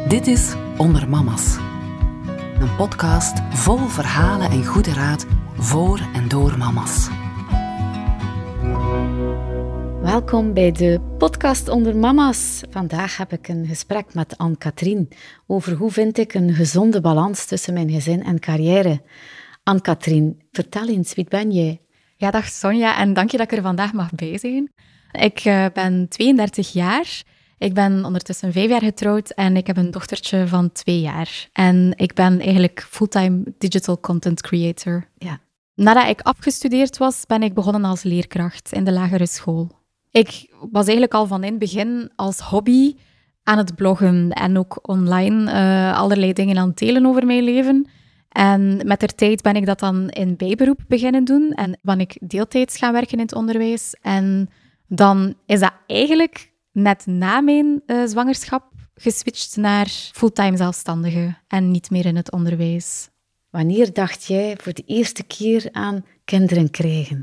Dit is Onder Mama's. Een podcast vol verhalen en goede raad voor en door mama's. Welkom bij de podcast Onder Mama's. Vandaag heb ik een gesprek met Anne-Catherine over hoe vind ik een gezonde balans tussen mijn gezin en carrière. Anne-Catherine, vertel eens, wie ben jij? Ja, dag Sonja en dank je dat ik er vandaag mag bij zijn. Ik ben 32 jaar. Ik ben ondertussen 5 jaar getrouwd en ik heb een dochtertje van 2 jaar. En ik ben eigenlijk fulltime digital content creator. Ja. Nadat ik afgestudeerd was, ben ik begonnen als leerkracht in de lagere school. Ik was eigenlijk al van in het begin als hobby aan het bloggen en ook online allerlei dingen aan het delen over mijn leven. En met de tijd ben ik dat dan in bijberoep beginnen doen en ben ik deeltijds gaan werken in het onderwijs. En dan is dat eigenlijk net na mijn zwangerschap geswitcht naar fulltime zelfstandige en niet meer in het onderwijs. Wanneer dacht jij voor de eerste keer aan kinderen krijgen?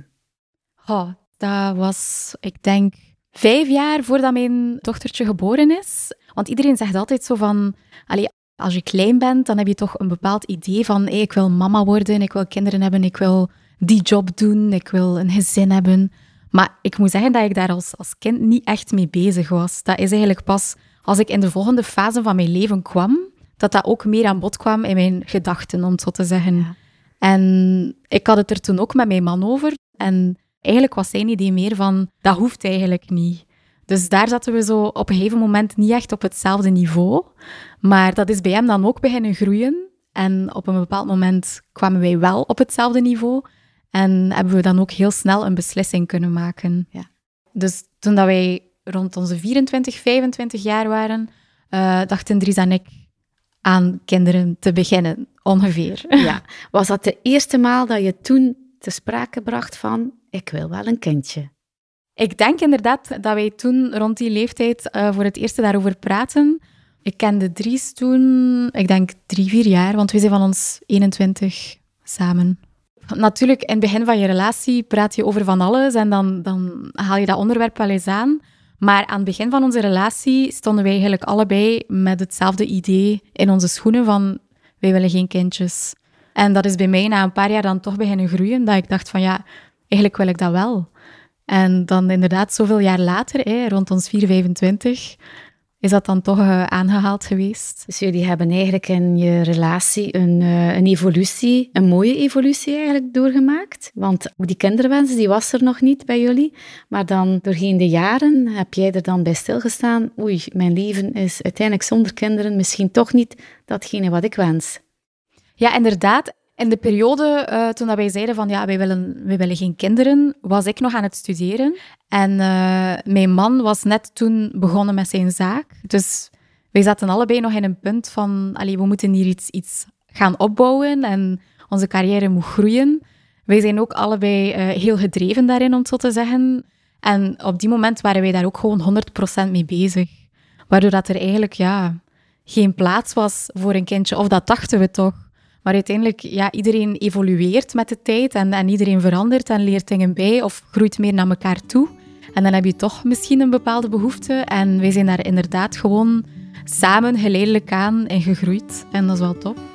Oh, dat was, ik denk, 5 jaar voordat mijn dochtertje geboren is. Want iedereen zegt altijd zo van, als je klein bent, dan heb je toch een bepaald idee van, hey, ik wil mama worden, ik wil kinderen hebben, ik wil die job doen, ik wil een gezin hebben. Maar ik moet zeggen dat ik daar als kind niet echt mee bezig was. Dat is eigenlijk pas als ik in de volgende fase van mijn leven kwam, dat ook meer aan bod kwam in mijn gedachten, om het zo te zeggen. Ja. En ik had het er toen ook met mijn man over. En eigenlijk was zijn idee meer van, dat hoeft eigenlijk niet. Dus daar zaten we zo op een gegeven moment niet echt op hetzelfde niveau. Maar dat is bij hem dan ook beginnen groeien. En op een bepaald moment kwamen wij wel op hetzelfde niveau. En hebben we dan ook heel snel een beslissing kunnen maken. Ja. Dus toen dat wij rond onze 24, 25 jaar waren, dachten Dries en ik aan kinderen te beginnen, ongeveer. Ja. Was dat de eerste maal dat je toen te sprake bracht van, ik wil wel een kindje? Ik denk inderdaad dat wij toen rond die leeftijd voor het eerst daarover praten. Ik kende Dries toen, ik denk 3-4 jaar, want we zijn van ons 21 samen. Natuurlijk, in het begin van je relatie praat je over van alles en dan haal je dat onderwerp wel eens aan. Maar aan het begin van onze relatie stonden wij eigenlijk allebei met hetzelfde idee in onze schoenen van, wij willen geen kindjes. En dat is bij mij na een paar jaar dan toch beginnen groeien, dat ik dacht van ja, eigenlijk wil ik dat wel. En dan inderdaad, zoveel jaar later, rond ons 4-25, is dat dan toch aangehaald geweest. Dus jullie hebben eigenlijk in je relatie een evolutie, een mooie evolutie eigenlijk doorgemaakt. Want ook die kinderwens, die was er nog niet bij jullie. Maar dan doorheen de jaren heb jij er dan bij stilgestaan. Oei, mijn leven is uiteindelijk zonder kinderen misschien toch niet datgene wat ik wens. Ja, inderdaad. In de periode toen wij zeiden van ja, wij willen geen kinderen, was ik nog aan het studeren. En mijn man was net toen begonnen met zijn zaak. Dus wij zaten allebei nog in een punt van, we moeten hier iets gaan opbouwen en onze carrière moet groeien. Wij zijn ook allebei heel gedreven daarin, om het zo te zeggen. En op die moment waren wij daar ook gewoon 100% mee bezig. Waardoor dat er eigenlijk geen plaats was voor een kindje. Of dat dachten we toch. Maar uiteindelijk, iedereen evolueert met de tijd en iedereen verandert en leert dingen bij of groeit meer naar elkaar toe. En dan heb je toch misschien een bepaalde behoefte. En wij zijn daar inderdaad gewoon samen geleidelijk aan in gegroeid. En dat is wel tof.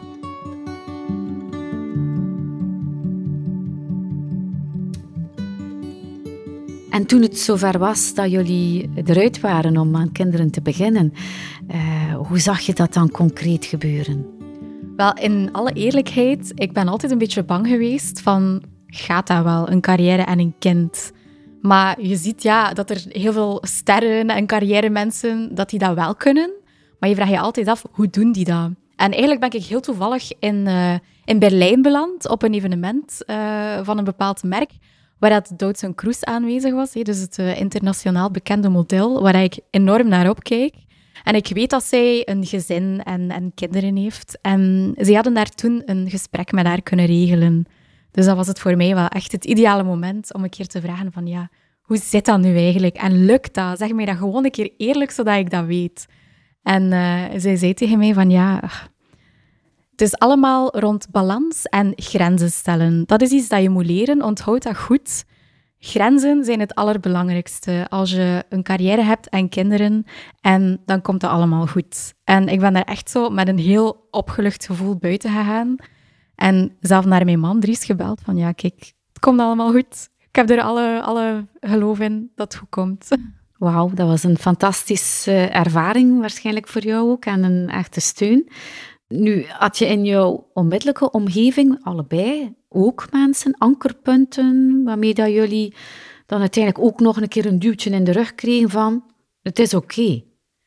En toen het zover was dat jullie eruit waren om aan kinderen te beginnen, hoe zag je dat dan concreet gebeuren? Wel, in alle eerlijkheid, ik ben altijd een beetje bang geweest van, gaat dat wel, een carrière en een kind? Maar je ziet dat er heel veel sterren en carrièremensen, dat die dat wel kunnen. Maar je vraagt je altijd af, hoe doen die dat? En eigenlijk ben ik heel toevallig in Berlijn beland, op een evenement van een bepaald merk, waar dat Douds & Kroes aanwezig was. Dus het internationaal bekende model, waar ik enorm naar opkijk. En ik weet dat zij een gezin en kinderen heeft. En ze hadden daar toen een gesprek met haar kunnen regelen. Dus dat was het voor mij wel echt het ideale moment om een keer te vragen van hoe zit dat nu eigenlijk? En lukt dat? Zeg mij dat gewoon een keer eerlijk, zodat ik dat weet. En zij zei tegen mij van het is allemaal rond balans en grenzen stellen. Dat is iets dat je moet leren, onthoud dat goed. Grenzen zijn het allerbelangrijkste als je een carrière hebt en kinderen en dan komt dat allemaal goed. En ik ben daar echt zo met een heel opgelucht gevoel buiten gegaan. En zelf naar mijn man Dries gebeld van ja, kijk, het komt allemaal goed. Ik heb er alle geloof in dat het goed komt. Wauw, dat was een fantastische ervaring waarschijnlijk voor jou ook en een echte steun. Nu, had je in jouw onmiddellijke omgeving allebei ook mensen, ankerpunten, waarmee dat jullie dan uiteindelijk ook nog een keer een duwtje in de rug kregen van het is oké?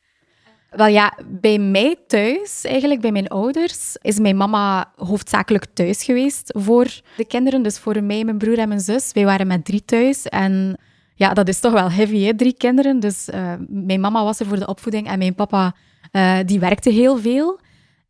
Wel ja, bij mij thuis, eigenlijk bij mijn ouders, is mijn mama hoofdzakelijk thuis geweest voor de kinderen. Dus voor mij, mijn broer en mijn zus. Wij waren met 3 thuis en ja, dat is toch wel heavy, hè, 3 kinderen. Dus mijn mama was er voor de opvoeding en mijn papa die werkte heel veel.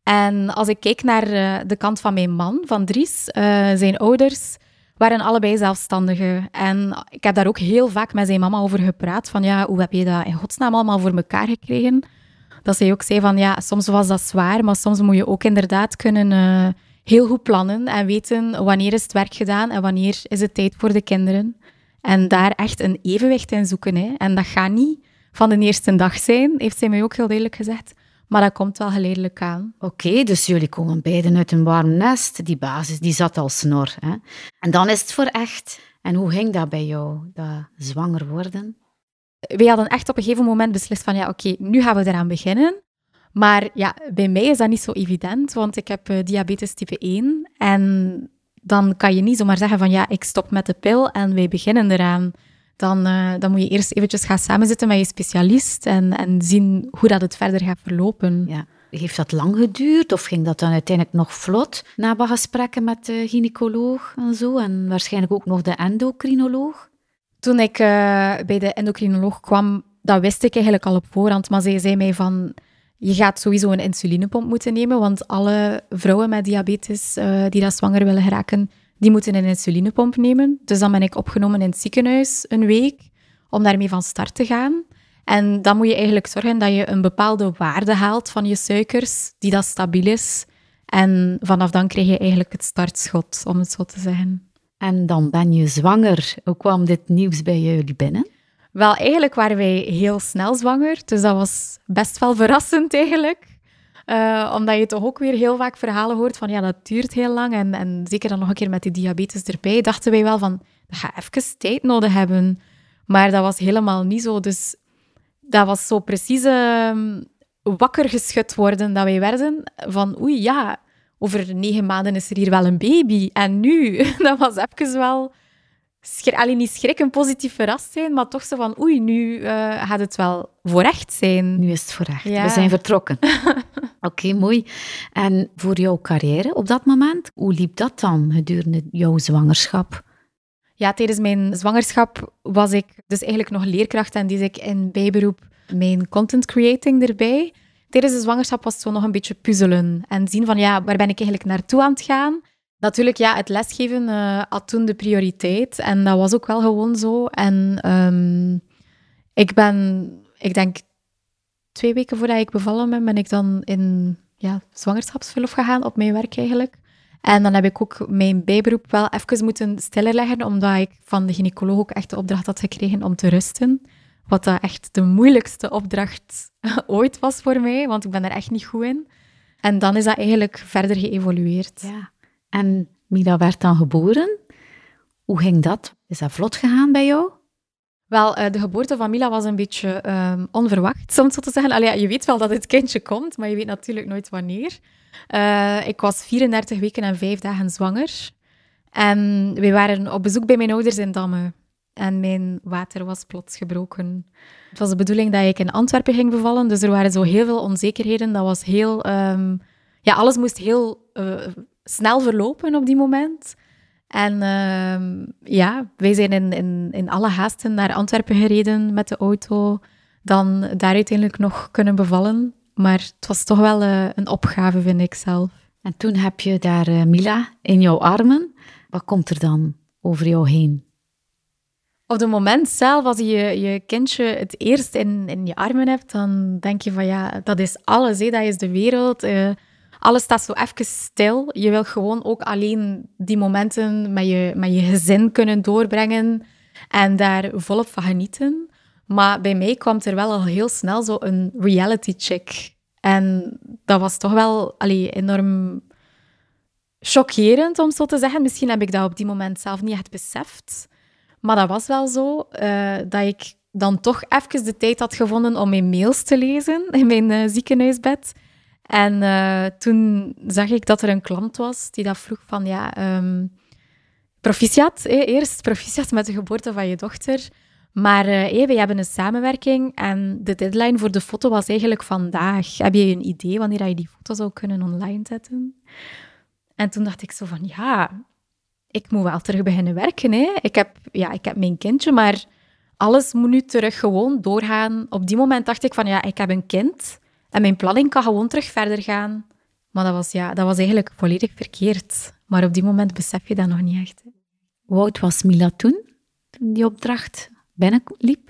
En als ik kijk naar de kant van mijn man, van Dries, zijn ouders waren allebei zelfstandigen. En ik heb daar ook heel vaak met zijn mama over gepraat, van ja, hoe heb je dat in godsnaam allemaal voor elkaar gekregen? Dat zij ook zei van ja, soms was dat zwaar, maar soms moet je ook inderdaad kunnen heel goed plannen en weten wanneer is het werk gedaan en wanneer is het tijd voor de kinderen. En daar echt een evenwicht in zoeken. Hè. En dat gaat niet van de eerste dag zijn, heeft zij mij ook heel duidelijk gezegd. Maar dat komt wel geleidelijk aan. Oké, dus jullie komen beiden uit een warm nest. Die basis die zat al snor. Hè? En dan is het voor echt. En hoe ging dat bij jou, dat zwanger worden? Wij hadden echt op een gegeven moment beslist van ja, oké, nu gaan we eraan beginnen. Maar ja, bij mij is dat niet zo evident, want ik heb diabetes type 1. En dan kan je niet zomaar zeggen van ja, ik stop met de pil en wij beginnen eraan. Dan moet je eerst eventjes gaan samenzitten met je specialist en zien hoe dat het verder gaat verlopen. Ja. Heeft dat lang geduurd of ging dat dan uiteindelijk nog vlot na wat gesprekken met de gynaecoloog en zo? En waarschijnlijk ook nog de endocrinoloog? Toen ik bij de endocrinoloog kwam, dat wist ik eigenlijk al op voorhand. Maar zij zei mij van, je gaat sowieso een insulinepomp moeten nemen, want alle vrouwen met diabetes die dat zwanger willen geraken, die moeten een insulinepomp nemen. Dus dan ben ik opgenomen in het ziekenhuis een week om daarmee van start te gaan. En dan moet je eigenlijk zorgen dat je een bepaalde waarde haalt van je suikers, die dat stabiel is. En vanaf dan krijg je eigenlijk het startschot, om het zo te zeggen. En dan ben je zwanger. Hoe kwam dit nieuws bij jullie binnen? Wel, eigenlijk waren wij heel snel zwanger, dus dat was best wel verrassend eigenlijk. Omdat je toch ook weer heel vaak verhalen hoort van ja, dat duurt heel lang. En zeker dan nog een keer met die diabetes erbij, dachten wij wel van, dat gaat even tijd nodig hebben. Maar dat was helemaal niet zo. Dus dat was zo precies wakker geschud worden dat wij werden van oei, ja, over 9 maanden is er hier wel een baby. En nu, dat was even wel... niet schrikken, positief verrast zijn, maar toch zo van oei, nu gaat het wel voor echt zijn. Nu is het voor echt. Ja. We zijn vertrokken. Oké, mooi. En voor jouw carrière op dat moment, hoe liep dat dan gedurende jouw zwangerschap? Ja, tijdens mijn zwangerschap was ik dus eigenlijk nog leerkracht en deed ik in bijberoep mijn content creating erbij. Tijdens de zwangerschap was het zo nog een beetje puzzelen en zien van ja, waar ben ik eigenlijk naartoe aan het gaan? Natuurlijk, ja, het lesgeven had toen de prioriteit en dat was ook wel gewoon zo. En ik denk 2 weken voordat ik bevallen ben ik dan in zwangerschapsverlof gegaan op mijn werk eigenlijk. En dan heb ik ook mijn bijberoep wel even moeten stilleggen, omdat ik van de gynaecoloog ook echt de opdracht had gekregen om te rusten. Wat dat echt de moeilijkste opdracht ooit was voor mij, want ik ben er echt niet goed in. En dan is dat eigenlijk verder geëvolueerd. Ja. En Mila werd dan geboren. Hoe ging dat? Is dat vlot gegaan bij jou? Wel, de geboorte van Mila was een beetje onverwacht, om het zo te zeggen. Allee, ja, je weet wel dat het kindje komt, maar je weet natuurlijk nooit wanneer. Ik was 34 weken en 5 dagen zwanger. En we waren op bezoek bij mijn ouders in Damme. En mijn water was plots gebroken. Het was de bedoeling dat ik in Antwerpen ging bevallen, dus er waren zo heel veel onzekerheden. Dat was heel... alles moest heel snel verlopen op die moment. En wij zijn in alle haasten naar Antwerpen gereden met de auto. Dan daar uiteindelijk nog kunnen bevallen. Maar het was toch wel een opgave, vind ik zelf. En toen heb je daar Mila in jouw armen. Wat komt er dan over jou heen? Op het moment zelf, als je je kindje het eerst in je armen hebt, dan denk je van ja, dat is alles, hè? Dat is de wereld. Alles staat zo even stil. Je wil gewoon ook alleen die momenten met je gezin kunnen doorbrengen. en daar volop van genieten. Maar bij mij kwam er wel al heel snel zo een reality check. En dat was toch wel enorm chockerend, om zo te zeggen. Misschien heb ik dat op die moment zelf niet echt beseft. Maar dat was wel zo, dat ik dan toch even de tijd had gevonden om mijn mails te lezen in mijn ziekenhuisbed. En toen zag ik dat er een klant was die dat vroeg van, proficiat, eerst proficiat met de geboorte van je dochter. Maar we hebben een samenwerking en de deadline voor de foto was eigenlijk vandaag. Heb je een idee wanneer je die foto zou kunnen online zetten? En toen dacht ik zo van, ik moet wel terug beginnen werken. Hè. Ik heb mijn kindje, maar alles moet nu terug gewoon doorgaan. Op die moment dacht ik van, ik heb een kind en mijn planning kan gewoon terug verder gaan. Maar dat was eigenlijk volledig verkeerd. Maar op die moment besef je dat nog niet echt. Hè. Hoe oud was Mila toen die opdracht binnenliep?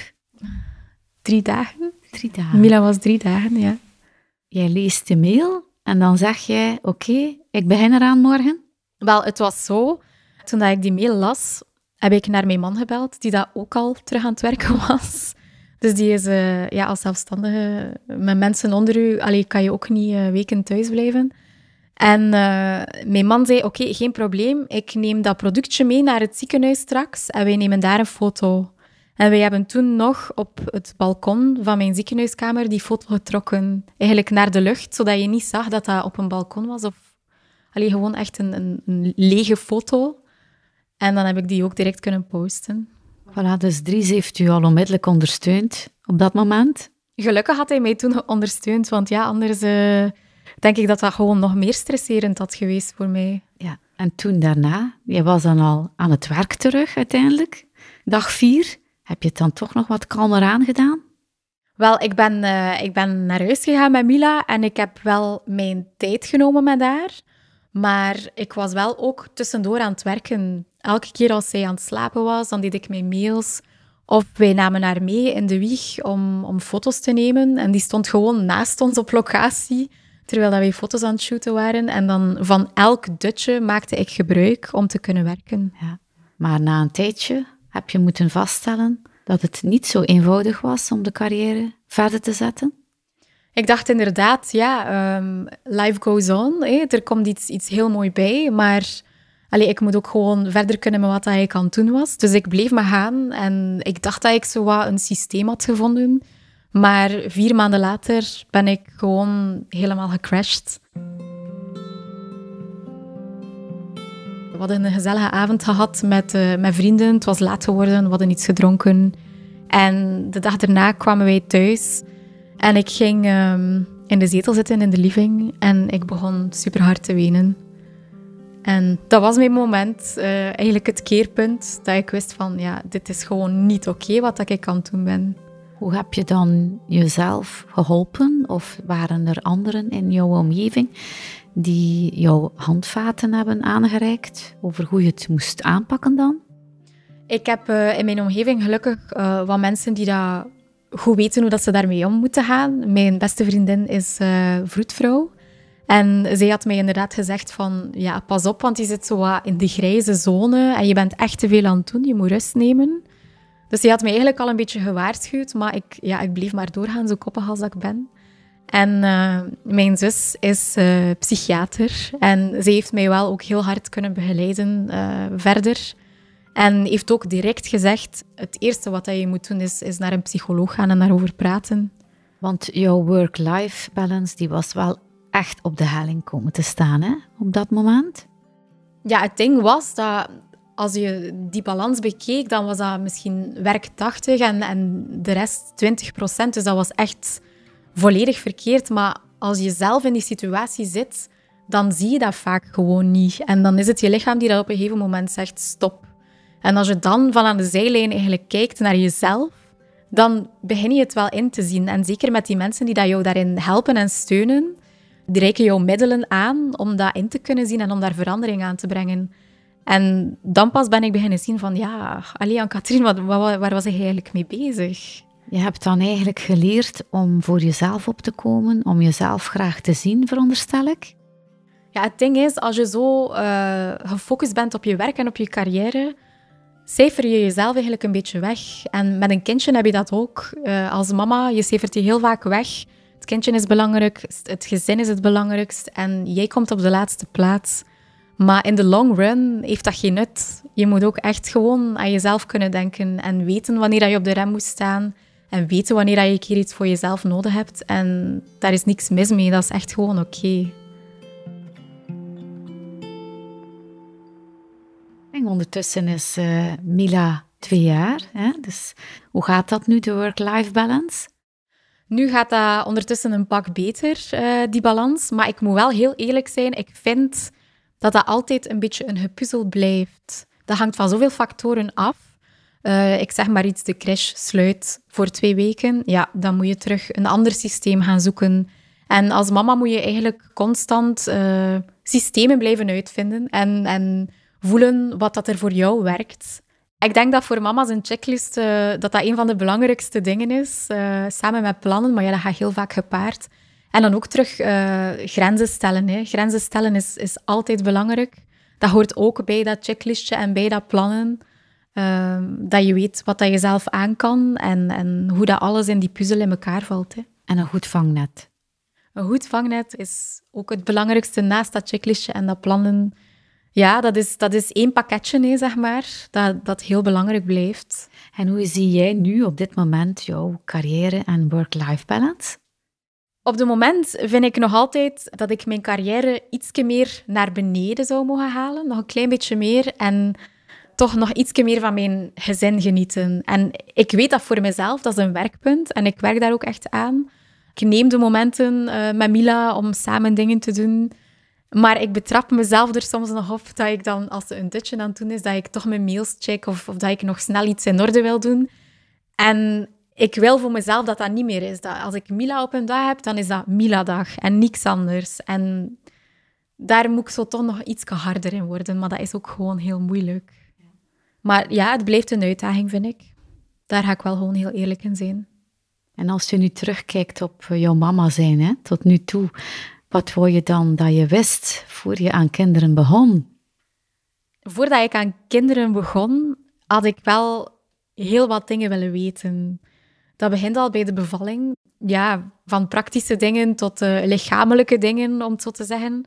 3 dagen. 3 dagen. Mila was 3 dagen, ja. Jij leest de mail en dan zeg jij, oké, ik begin eraan morgen. Wel, het was zo. Toen dat ik die mail las, heb ik naar mijn man gebeld, die dat ook al terug aan het werken was. Dus die is als zelfstandige met mensen onder u. Kan je ook niet weken thuis blijven. En mijn man zei, oké, geen probleem. Ik neem dat productje mee naar het ziekenhuis straks en wij nemen daar een foto. En wij hebben toen nog op het balkon van mijn ziekenhuiskamer die foto getrokken. Eigenlijk naar de lucht, zodat je niet zag dat dat op een balkon was. Of gewoon echt een lege foto. En dan heb ik die ook direct kunnen posten. Voilà, dus Dries heeft u al onmiddellijk ondersteund op dat moment. Gelukkig had hij mij toen ondersteund, want anders denk ik dat dat gewoon nog meer stresserend had geweest voor mij. Ja, en toen daarna, je was dan al aan het werk terug uiteindelijk. Dag 4, heb je het dan toch nog wat kalmer aangedaan? Wel, ik ben naar huis gegaan met Mila en ik heb wel mijn tijd genomen met haar. Maar ik was wel ook tussendoor aan het werken. Elke keer als zij aan het slapen was, dan deed ik mijn mails. Of wij namen haar mee in de wieg om foto's te nemen. En die stond gewoon naast ons op locatie, terwijl wij foto's aan het shooten waren. En dan van elk dutje maakte ik gebruik om te kunnen werken. Ja. Maar na een tijdje heb je moeten vaststellen dat het niet zo eenvoudig was om de carrière verder te zetten? Ik dacht inderdaad, life goes on. Er komt iets heel mooi bij, maar ik moet ook gewoon verder kunnen met wat ik aan het doen was. Dus ik bleef maar gaan en ik dacht dat ik zo wat een systeem had gevonden. Maar 4 maanden later ben ik gewoon helemaal gecrashed. We hadden een gezellige avond gehad met vrienden. Het was laat geworden, we hadden iets gedronken. En de dag daarna kwamen wij thuis. En ik ging in de zetel zitten in de living en ik begon super hard te wenen. En dat was mijn moment, eigenlijk het keerpunt, dat ik wist van, dit is gewoon niet oké wat ik aan het doen ben. Hoe heb je dan jezelf geholpen? Of waren er anderen in jouw omgeving die jouw handvaten hebben aangereikt over hoe je het moest aanpakken dan? Ik heb in mijn omgeving gelukkig wat mensen die dat goed weten hoe dat ze daarmee om moeten gaan. Mijn beste vriendin is vroedvrouw. En zij had mij inderdaad gezegd van, pas op, want je zit zo wat in de grijze zone en je bent echt te veel aan het doen, je moet rust nemen. Dus zij had mij eigenlijk al een beetje gewaarschuwd, maar ik bleef maar doorgaan, zo koppig als dat ik ben. En mijn zus is psychiater en zij heeft mij wel ook heel hard kunnen begeleiden verder. En heeft ook direct gezegd, het eerste wat je moet doen is naar een psycholoog gaan en daarover praten. Want jouw work-life balance die was wel echt op de helling komen te staan, hè, op dat moment? Ja, het ding was dat als je die balans bekeek, dan was dat misschien werk 80 en de rest 20%. Dus dat was echt volledig verkeerd. Maar als je zelf in die situatie zit, dan zie je dat vaak gewoon niet. En dan is het je lichaam die dat op een gegeven moment zegt, stop. En als je dan van aan de zijlijn eigenlijk kijkt naar jezelf, dan begin je het wel in te zien. En zeker met die mensen die dat jou daarin helpen en steunen, die reiken jou middelen aan om dat in te kunnen zien en om daar verandering aan te brengen. En dan pas ben ik beginnen zien van, Anne-Catherine, waar was ik eigenlijk mee bezig? Je hebt dan eigenlijk geleerd om voor jezelf op te komen, om jezelf graag te zien, veronderstel ik? Ja, het ding is, als je zo gefocust bent op je werk en op je carrière, cijfer je jezelf eigenlijk een beetje weg. En met een kindje heb je dat ook. Als mama, je cijfert je heel vaak weg. Het kindje is belangrijk, het gezin is het belangrijkst en jij komt op de laatste plaats. Maar in de long run heeft dat geen nut. Je moet ook echt gewoon aan jezelf kunnen denken en weten wanneer je op de rem moet staan en weten wanneer je een keer iets voor jezelf nodig hebt. En daar is niks mis mee, dat is echt gewoon oké. Ondertussen is Mila 2 jaar. Hè? Dus hoe gaat dat nu, de work-life balance? Nu gaat dat ondertussen een pak beter, die balans. Maar ik moet wel heel eerlijk zijn, ik vind dat dat altijd een beetje een gepuzzel blijft. Dat hangt van zoveel factoren af. Ik zeg maar iets, de crash sluit voor 2 weken. Ja, dan moet je terug een ander systeem gaan zoeken. En als mama moet je eigenlijk constant systemen blijven uitvinden en voelen wat dat er voor jou werkt. Ik denk dat voor mama's een checklist dat een van de belangrijkste dingen is, samen met plannen, maar ja, dat gaat heel vaak gepaard. En dan ook terug grenzen stellen. Hè. Grenzen stellen is altijd belangrijk. Dat hoort ook bij dat checklistje en bij dat plannen. Dat je weet wat dat je zelf aan kan en hoe dat alles in die puzzel in elkaar valt. Hè. En een goed vangnet. Een goed vangnet is ook het belangrijkste naast dat checklistje en dat plannen. Ja, dat is 1 pakketje, hè, zeg maar, dat heel belangrijk blijft. En hoe zie jij nu op dit moment jouw carrière en work-life balance? Op het moment vind ik nog altijd dat ik mijn carrière ietsje meer naar beneden zou mogen halen. Nog een klein beetje meer en toch nog ietsje meer van mijn gezin genieten. En ik weet dat voor mezelf, dat is een werkpunt en ik werk daar ook echt aan. Ik neem de momenten met Mila om samen dingen te doen. Maar ik betrap mezelf er soms nog op dat ik dan, als ze een dutje aan het doen is, dat ik toch mijn mails check of dat ik nog snel iets in orde wil doen. En ik wil voor mezelf dat dat niet meer is. Dat als ik Mila op een dag heb, dan is dat Mila-dag en niks anders. En daar moet ik zo toch nog iets harder in worden, maar dat is ook gewoon heel moeilijk. Maar ja, het blijft een uitdaging, vind ik. Daar ga ik wel gewoon heel eerlijk in zijn. En als je nu terugkijkt op jouw mama zijn, hè, tot nu toe, wat wou je dan dat je wist voor je aan kinderen begon? Voordat ik aan kinderen begon, had ik wel heel wat dingen willen weten. Dat begint al bij de bevalling. Ja, van praktische dingen tot lichamelijke dingen, om het zo te zeggen.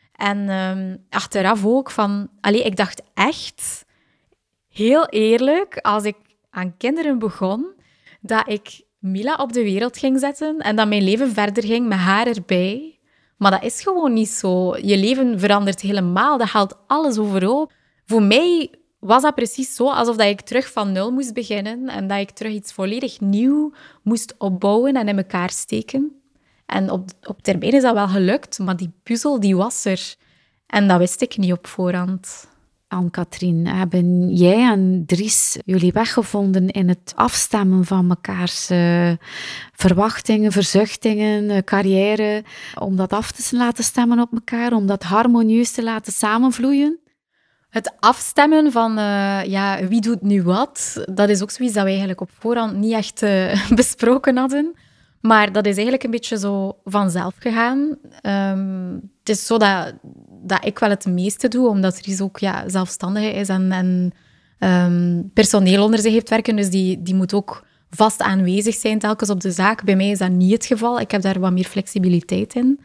En achteraf ook van... ik dacht echt, heel eerlijk, als ik aan kinderen begon, dat ik Mila op de wereld ging zetten en dat mijn leven verder ging met haar erbij. Maar dat is gewoon niet zo. Je leven verandert helemaal. Dat haalt alles overhoop. Voor mij was dat precies zo, alsof dat ik terug van 0 moest beginnen en dat ik terug iets volledig nieuw moest opbouwen en in elkaar steken. En op termijn is dat wel gelukt, maar die puzzel die was er. En dat wist ik niet op voorhand. Anne-Catherine, hebben jij en Dries jullie weggevonden in het afstemmen van mekaars verwachtingen, verzuchtingen, carrière, om dat af te laten stemmen op elkaar, om dat harmonieus te laten samenvloeien? Het afstemmen van wie doet nu wat, dat is ook zoiets dat we eigenlijk op voorhand niet echt besproken hadden. Maar dat is eigenlijk een beetje zo vanzelf gegaan. Het is zo dat ik wel het meeste doe, omdat Ries ook zelfstandig is en personeel onder zich heeft werken. Dus die moet ook vast aanwezig zijn telkens op de zaak. Bij mij is dat niet het geval. Ik heb daar wat meer flexibiliteit in.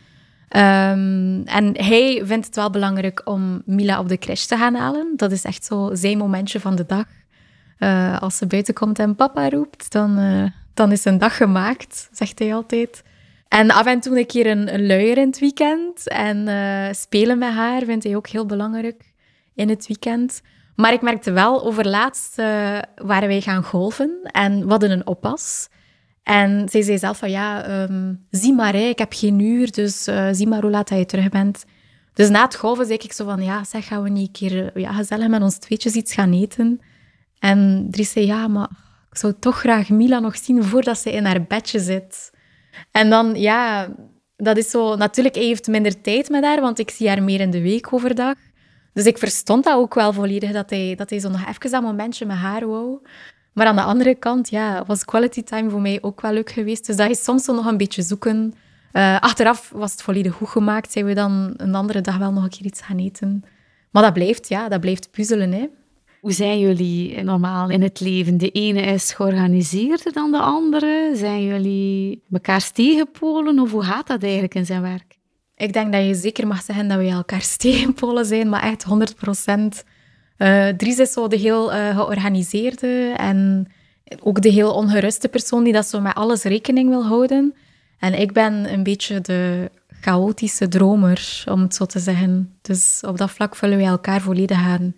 En hij vindt het wel belangrijk om Mila op de crash te gaan halen. Dat is echt zo zijn momentje van de dag. Als ze buiten komt en papa roept, dan is een dag gemaakt, zegt hij altijd. En af en toe een keer een luier in het weekend. En spelen met haar vindt hij ook heel belangrijk in het weekend. Maar ik merkte wel, overlaatst waren wij gaan golfen en we hadden een oppas. En zij zei zelf van, zie maar, ik heb geen uur, dus zie maar hoe laat je terug bent. Dus na het golven zei ik zo van, zeg, gaan we niet een keer gezellig met ons tweetjes iets gaan eten? En Dries zei, maar ik zou toch graag Mila nog zien voordat ze in haar bedje zit. En dan, dat is zo... Natuurlijk, hij heeft minder tijd met haar, want ik zie haar meer in de week overdag. Dus ik verstond dat ook wel volledig, dat hij zo nog even dat momentje met haar wou. Maar aan de andere kant, was quality time voor mij ook wel leuk geweest. Dus dat is soms zo nog een beetje zoeken. Achteraf was het volledig goed gemaakt. Zijn we dan een andere dag wel nog een keer iets gaan eten. Maar dat blijft puzzelen, hè. Hoe zijn jullie normaal in het leven? De ene is georganiseerder dan de andere. Zijn jullie mekaars tegenpolen of hoe gaat dat eigenlijk in zijn werk? Ik denk dat je zeker mag zeggen dat we elkaars tegenpolen zijn, maar echt 100%. Dries is zo de heel georganiseerde en ook de heel ongeruste persoon die dat zo met alles rekening wil houden. En ik ben een beetje de chaotische dromer, om het zo te zeggen. Dus op dat vlak vullen we elkaar volledig aan.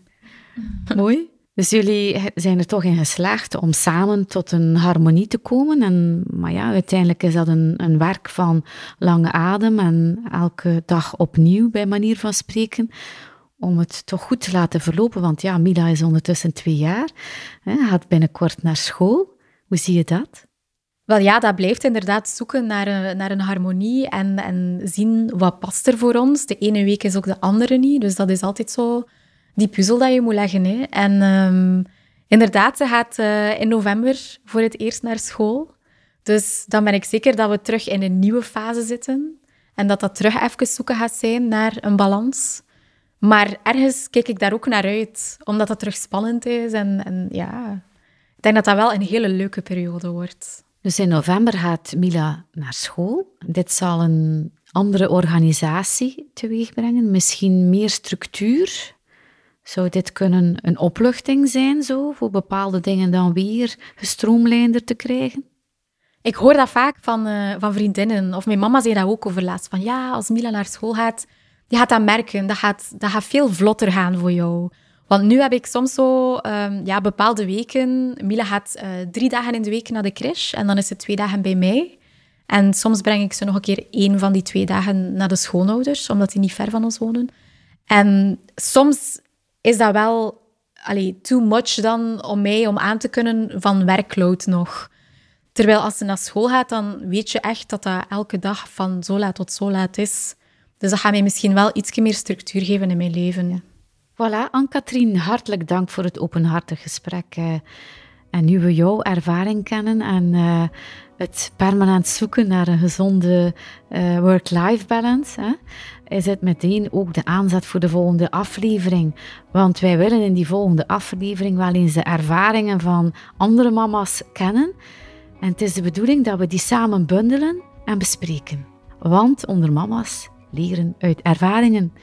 Mooi. Dus jullie zijn er toch in geslaagd om samen tot een harmonie te komen. Maar ja, uiteindelijk is dat een werk van lange adem en elke dag opnieuw, bij manier van spreken, om het toch goed te laten verlopen. Want ja, Mila is ondertussen 2 jaar, gaat binnenkort naar school. Hoe zie je dat? Wel ja, dat blijft inderdaad zoeken naar een harmonie en zien wat past er voor ons. De ene week is ook de andere niet, dus dat is altijd zo die puzzel dat je moet leggen. Hè. En inderdaad, ze gaat in november voor het eerst naar school. Dus dan ben ik zeker dat we terug in een nieuwe fase zitten en dat terug even zoeken gaat zijn naar een balans. Maar ergens kijk ik daar ook naar uit, omdat dat terug spannend is. En ja, ik denk dat dat wel een hele leuke periode wordt. Dus in november gaat Mila naar school. Dit zal een andere organisatie teweegbrengen, misschien meer structuur. Zou dit kunnen een opluchting zijn, zo, voor bepaalde dingen dan weer gestroomlijnder te krijgen? Ik hoor dat vaak van vriendinnen, of mijn mama zei dat ook over laatst, van ja, als Mila naar school gaat, die gaat dat merken, dat gaat veel vlotter gaan voor jou. Want nu heb ik soms zo bepaalde weken. Mila gaat 3 dagen in de week naar de crèche en dan is ze 2 dagen bij mij. En soms breng ik ze nog een keer 1 van die 2 dagen naar de schoonouders, omdat die niet ver van ons wonen. En soms is dat wel too much dan om aan te kunnen van werkload nog. Terwijl als ze naar school gaat, dan weet je echt dat dat elke dag van zo laat tot zo laat is. Dus dat gaat mij misschien wel iets meer structuur geven in mijn leven. Ja. Voilà, Anne-Catherine, hartelijk dank voor het openhartig gesprek. En nu we jouw ervaring kennen en het permanent zoeken naar een gezonde work-life balance, is het meteen ook de aanzet voor de volgende aflevering. Want wij willen in die volgende aflevering wel eens de ervaringen van andere mama's kennen. En het is de bedoeling dat we die samen bundelen en bespreken. Want onder mama's leren uit ervaringen.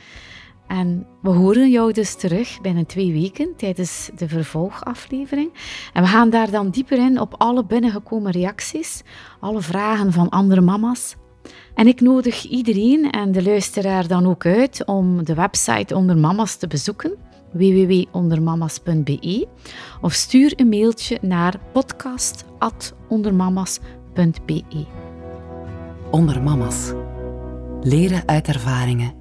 En we horen jou dus terug binnen 2 weken tijdens de vervolgaflevering. En we gaan daar dan dieper in op alle binnengekomen reacties, alle vragen van andere mama's. En ik nodig iedereen en de luisteraar dan ook uit om de website Onder Mama's te bezoeken, www.ondermama's.be, of stuur een mailtje naar podcast@ondermama's.be. Onder Mama's. Leren uit ervaringen